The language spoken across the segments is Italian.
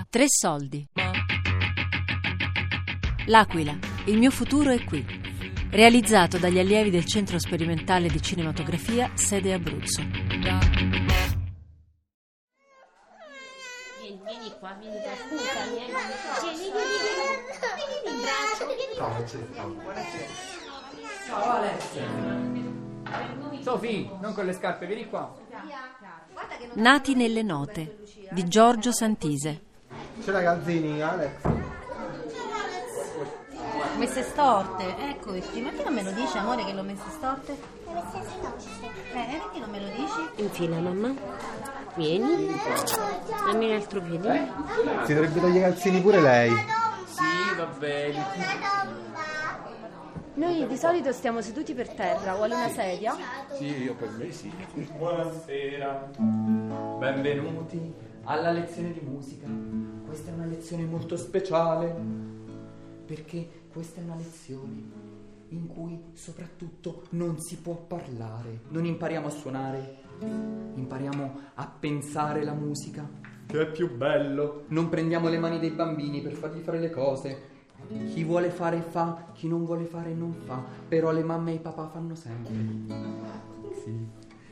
Tre soldi. L'Aquila, il mio futuro è qui. Realizzato dagli allievi del Centro Sperimentale di Cinematografia, sede Abruzzo. Vieni qua, scusami, vieni in braccio, Ciao Alessia. Sofì, non con le scarpe, vieni qua. Nati nelle note, di Giorgio Santise. C'è ragazzini, Alex. messe storte, ecco, ma che non me lo dici, amore, che l'ho messe storte? Perché non me lo dici? Infila, mamma. Vieni. Dammi l'altro piede. Si dovrebbe togliere i calzini pure lei. Sì, va bene. Noi di solito stiamo seduti per terra, vuole una sedia? Sì, io per me sì. Buonasera. Benvenuti alla lezione di musica. Questa è una lezione molto speciale, perché questa è una lezione in cui soprattutto non si può parlare. Non impariamo a suonare, impariamo a pensare la musica, che è più bello. Non prendiamo le mani dei bambini per fargli fare le cose. Chi vuole fare fa, chi non vuole fare non fa, però le mamme e i papà fanno sempre. Sì.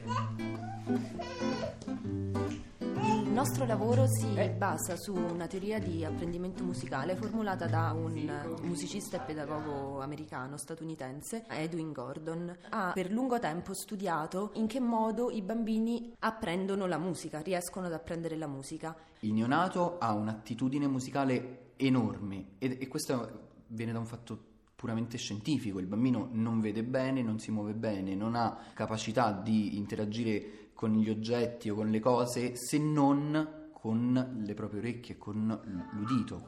Il nostro lavoro si basa su una teoria di apprendimento musicale formulata da un musicista e pedagogo americano, statunitense, Edwin Gordon. Ha per lungo tempo studiato in che modo i bambini apprendono la musica, riescono ad apprendere la musica. Il neonato ha un'attitudine musicale enorme e questo viene da un fatto puramente scientifico. Il bambino non vede bene, non si muove bene, non ha capacità di interagire con gli oggetti o con le cose se non con le proprie orecchie, con l'udito.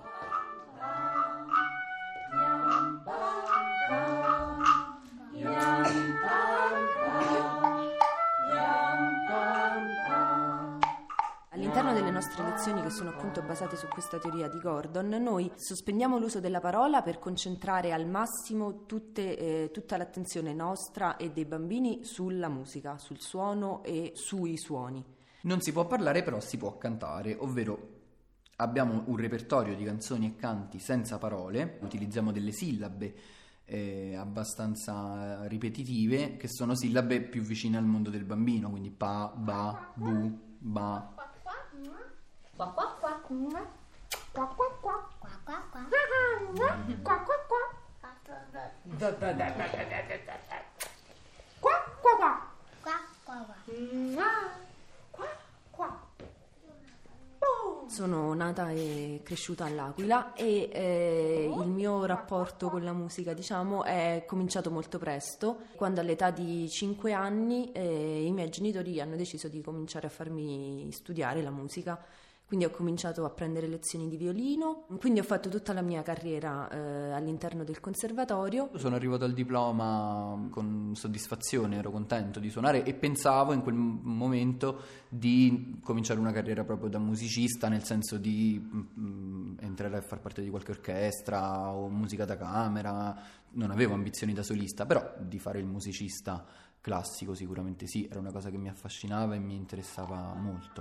All'interno delle nostre lezioni, che sono appunto basate su questa teoria di Gordon, noi sospendiamo l'uso della parola per concentrare al massimo tutta l'attenzione nostra e dei bambini sulla musica, sul suono e sui suoni. Non si può parlare, però si può cantare, ovvero abbiamo un repertorio di canzoni e canti senza parole, utilizziamo delle sillabe abbastanza ripetitive, che sono sillabe più vicine al mondo del bambino, quindi pa, ba, bu, ba. Qua qua qua. Qua qua qua. Qua qua qua. Qua qua qua. Qua qua qua. Qua qua qua. Sono nata e cresciuta all'Aquila e il mio rapporto con la musica, diciamo, è cominciato molto presto. Quando all'età di 5 anni i miei genitori hanno deciso di cominciare a farmi studiare la musica. Quindi ho cominciato a prendere lezioni di violino, quindi ho fatto tutta la mia carriera all'interno del conservatorio. Sono arrivato al diploma con soddisfazione, ero contento di suonare e pensavo in quel momento di cominciare una carriera proprio da musicista, nel senso di entrare a far parte di qualche orchestra o musica da camera. Non avevo ambizioni da solista, però di fare il musicista classico sicuramente sì, era una cosa che mi affascinava e mi interessava molto.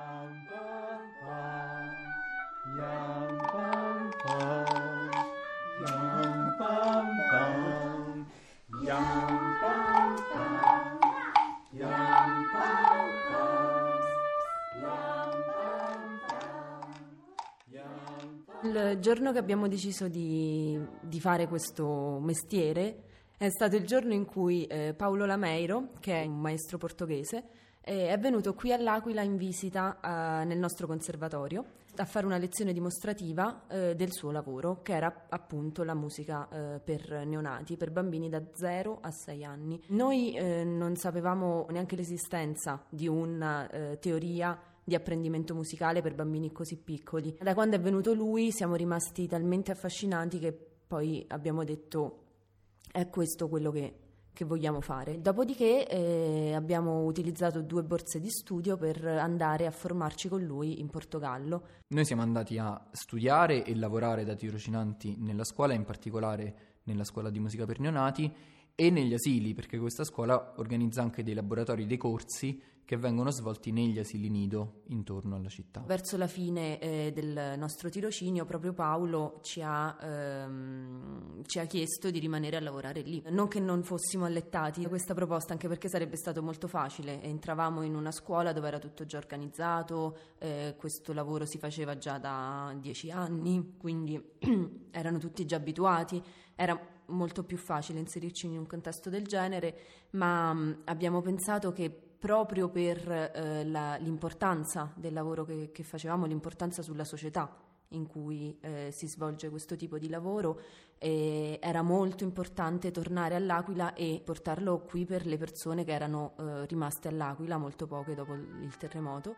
Il giorno che abbiamo deciso di fare questo mestiere è stato il giorno in cui Paulo Lameiro, che è un maestro portoghese, è venuto qui all'Aquila in visita nel nostro conservatorio a fare una lezione dimostrativa del suo lavoro, che era appunto la musica per neonati, per bambini da 0 a 6 anni. Noi non sapevamo neanche l'esistenza di una teoria di apprendimento musicale per bambini così piccoli. Da quando è venuto lui siamo rimasti talmente affascinati che poi abbiamo detto: è questo quello che vogliamo fare. Dopodiché abbiamo utilizzato 2 borse di studio per andare a formarci con lui in Portogallo. Noi siamo andati a studiare e lavorare da tirocinanti nella scuola, in particolare nella scuola di musica per neonati, e negli asili, perché questa scuola organizza anche dei laboratori, dei corsi che vengono svolti negli asili nido intorno alla città. Verso la fine del nostro tirocinio proprio Paolo ci ha chiesto di rimanere a lavorare lì. Non che non fossimo allettati da questa proposta, anche perché sarebbe stato molto facile. Entravamo in una scuola dove era tutto già organizzato, questo lavoro si faceva già da 10 anni, quindi erano tutti già abituati, era molto più facile inserirci in un contesto del genere, ma abbiamo pensato che proprio per l'importanza del lavoro che facevamo, l'importanza sulla società in cui si svolge questo tipo di lavoro, era molto importante tornare all'Aquila e portarlo qui per le persone che erano rimaste all'Aquila, molto poche dopo il terremoto.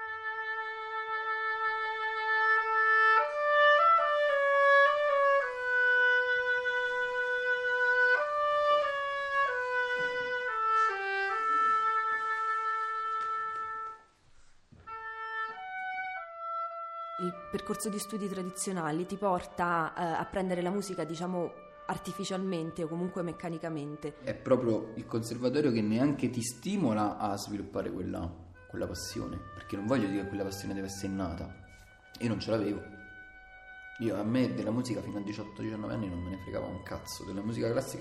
Il percorso di studi tradizionali ti porta a prendere la musica, diciamo, artificialmente o comunque meccanicamente. È proprio il conservatorio che neanche ti stimola a sviluppare quella passione, perché non voglio dire che quella passione deve essere innata. Io non ce l'avevo. A me della musica fino a 18-19 anni non me ne fregava un cazzo. Della musica classica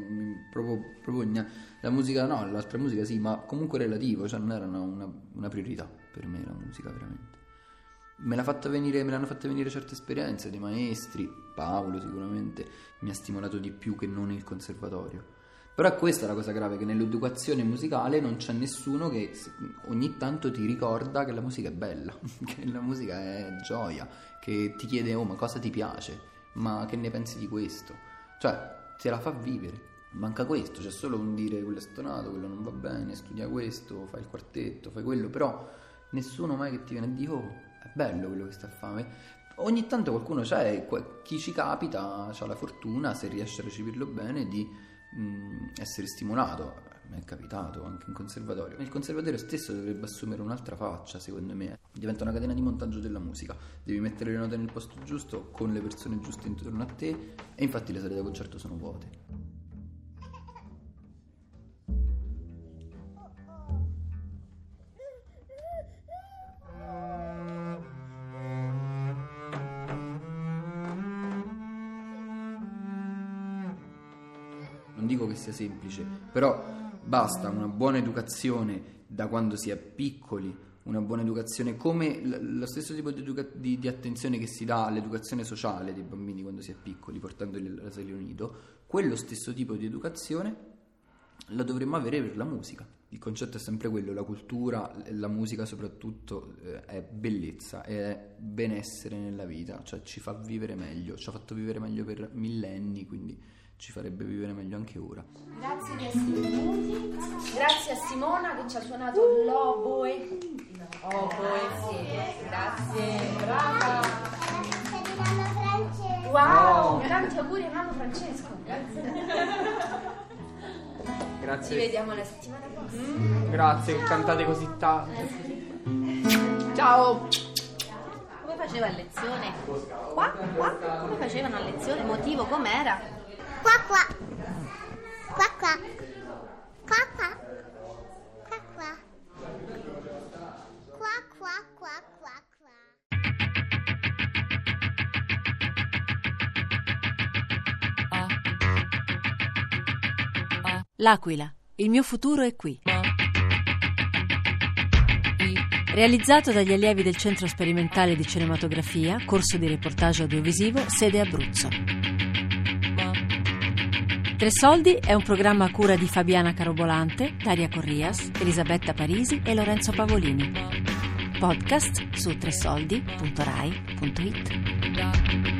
la musica no, l'altra musica sì, ma comunque relativo, cioè non era una priorità per me la musica, veramente. Me l'hanno fatta venire certe esperienze dei maestri. Paolo sicuramente mi ha stimolato di più che non il conservatorio. Però questa è la cosa grave, che nell'educazione musicale non c'è nessuno che ogni tanto ti ricorda che la musica è bella, che la musica è gioia, che ti chiede ma cosa ti piace, ma che ne pensi di questo, cioè te la fa vivere. Manca questo, c'è solo un dire quello è stonato, quello non va bene, studia questo, fai il quartetto, fai quello, però nessuno mai che ti viene a dire è bello quello che sta a fare. Ogni tanto qualcuno c'è, chi ci capita ha la fortuna, se riesce a recepirlo bene, di essere stimolato. Mi è capitato anche in conservatorio. Il conservatorio stesso dovrebbe assumere un'altra faccia, secondo me. Diventa una catena di montaggio della musica, devi mettere le note nel posto giusto, con le persone giuste intorno a te, e infatti le sale da concerto sono vuote. Non dico che sia semplice, però basta una buona educazione da quando si è piccoli, una buona educazione come lo stesso tipo di attenzione che si dà all'educazione sociale dei bambini quando si è piccoli, portandoli all'asilo nido. Quello stesso tipo di educazione la dovremmo avere per la musica. Il concetto è sempre quello, la cultura, la musica soprattutto è bellezza, è benessere nella vita, cioè ci fa vivere meglio, ci ha fatto vivere meglio per millenni, quindi ci farebbe vivere meglio anche ora. Grazie di essere venuti, grazie a Simona che ci ha suonato l'oboe. Grazie, brava. Wow, tanti auguri a nonno Francesco. Grazie. Ci vediamo la settimana prossima. Grazie, cantate così tanto. Ciao. Come faceva a lezione? Qua? Come facevano a lezione? Il motivo com'era? Qua qua. Qua qua. Qua qua. Qua qua. Qua qua qua qua qua. L'Aquila, il mio futuro è qui. Realizzato dagli allievi del Centro Sperimentale di Cinematografia, corso di reportage audiovisivo, sede Abruzzo. Tre Soldi è un programma a cura di Fabiana Carobolante, Daria Corrias, Elisabetta Parisi e Lorenzo Pavolini. Podcast su tresoldi.rai.it.